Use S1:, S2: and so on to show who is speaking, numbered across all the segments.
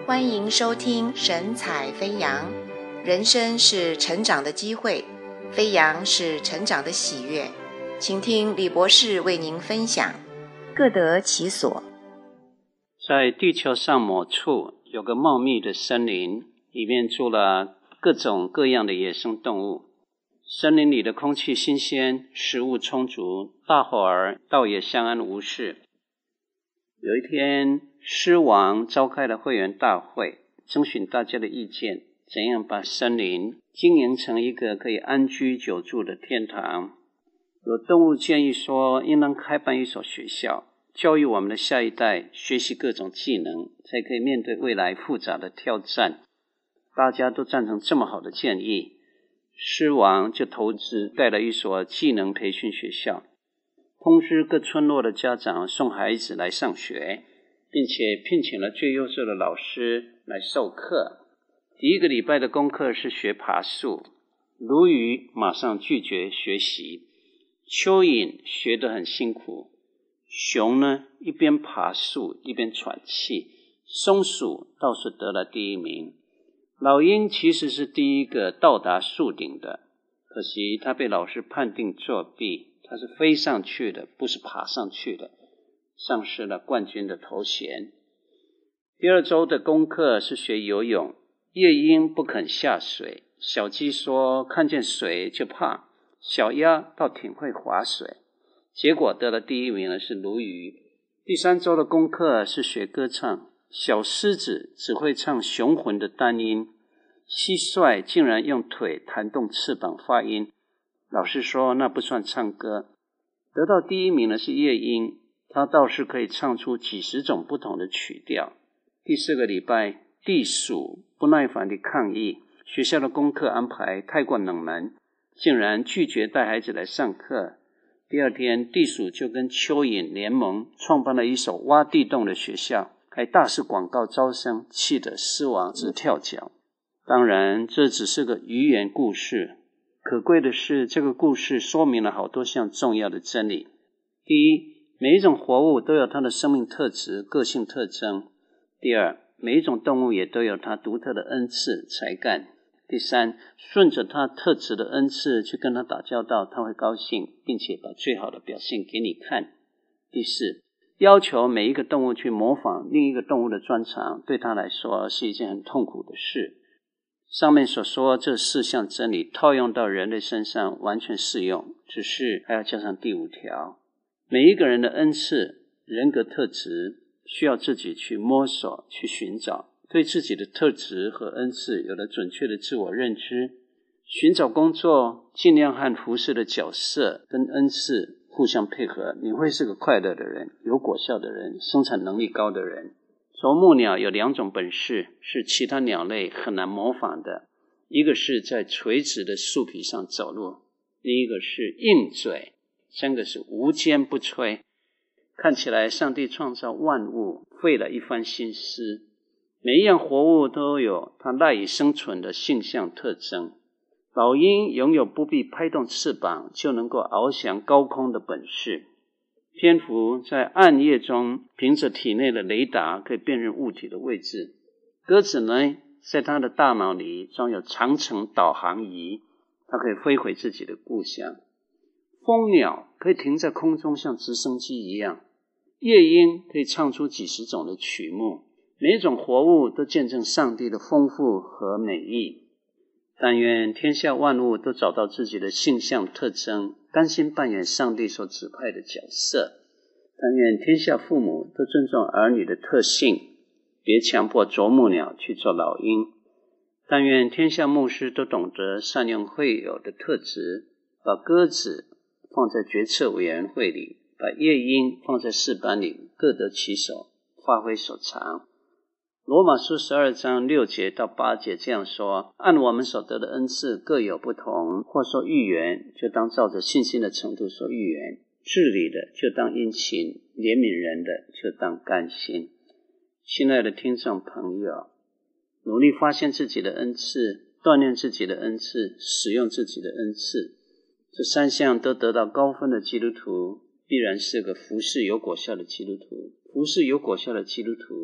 S1: 欢迎收听神采飞扬。人生是成长的机会，飞扬是成长的喜悦。请听李博士为您分享，各得其所。
S2: 在地球上某处有个茂密的森林，里面住了各种各样的野生动物。森林里的空气新鲜，食物充足，大伙儿倒也相安无事。有一天，狮王召开了会员大会，征询大家的意见，怎样把森林经营成一个可以安居久住的天堂。有动物建议说，应当开办一所学校，教育我们的下一代学习各种技能，才可以面对未来复杂的挑战。大家都赞成这么好的建议，狮王就投资盖了一所技能培训学校，通知各村落的家长送孩子来上学，并且聘请了最优秀的老师来授课。第一个礼拜的功课是学爬树，鲈鱼马上拒绝学习，蚯蚓学得很辛苦，熊呢一边爬树一边喘气，松鼠倒是得了第一名。老鹰其实是第一个到达树顶的，可惜他被老师判定作弊，他是飞上去的，不是爬上去的，丧失了冠军的头衔。第二周的功课是学游泳，夜莺不肯下水，小鸡说看见水就怕，小鸭倒挺会划水，结果得了第一名的是鲈鱼。第三周的功课是学歌唱，小狮子只会唱雄浑的单音，蟋蟀竟然用腿弹动翅膀发音，老师说那不算唱歌。得到第一名的是夜莺，它倒是可以唱出几十种不同的曲调。第四个礼拜，地鼠不耐烦地抗议，学校的功课安排太过冷门，竟然拒绝带孩子来上课。第二天，地鼠就跟蚯蚓联盟创办了一所挖地洞的学校，还大肆广告招生，气得狮王直跳脚。当然，这只是个寓言故事，可贵的是这个故事说明了好多项重要的真理。第一，每一种活物都有它的生命特质、个性特征。第二，每一种动物也都有它独特的恩赐、才干。第三，顺着它特质的恩赐去跟它打交道，它会高兴，并且把最好的表现给你看。第四，要求每一个动物去模仿另一个动物的专长，对它来说是一件很痛苦的事。上面所说这四项真理套用到人类身上完全适用，只是还要加上第五条，每一个人的恩赐、人格特质需要自己去摸索、去寻找，对自己的特质和恩赐有了准确的自我认知。寻找工作，尽量和服侍的角色跟恩赐互相配合，你会是个快乐的人、有果效的人、生产能力高的人。啄木鸟有两种本事是其他鸟类很难模仿的，一个是在垂直的树皮上走路，另一个是硬嘴，三个是无坚不摧。看起来上帝创造万物费了一番心思，每一样活物都有它赖以生存的性象特征。老鹰拥有不必拍动翅膀就能够翱翔高空的本事，蝙蝠在暗夜中凭着体内的雷达可以辨认物体的位置，鸽子呢，在它的大脑里装有长程导航仪，它可以飞回自己的故乡。蜂鸟可以停在空中像直升机一样，夜莺可以唱出几十种的曲目，每一种活物都见证上帝的丰富和美意。但愿天下万物都找到自己的性象特征，甘心扮演上帝所指派的角色。但愿天下父母都尊重儿女的特性，别强迫啄木鸟去做老鹰。但愿天下牧师都懂得善用会友的特质，把鸽子放在决策委员会里，把夜莺放在士班里，各得其所，发挥所长。罗马书12章6节到8节这样说，按我们所得的恩赐各有不同，或说预言，就当照着信心的程度说预言，治理的就当殷勤，怜悯人的就当甘心。亲爱的听众朋友，努力发现自己的恩赐，锻炼自己的恩赐，使用自己的恩赐，这三项都得到高分的基督徒，必然是个服事有果效的基督徒。服事有果效的基督徒，也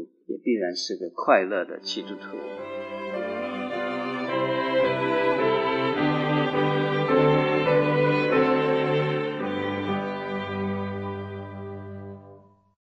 S2: 必然是个快乐的基督徒。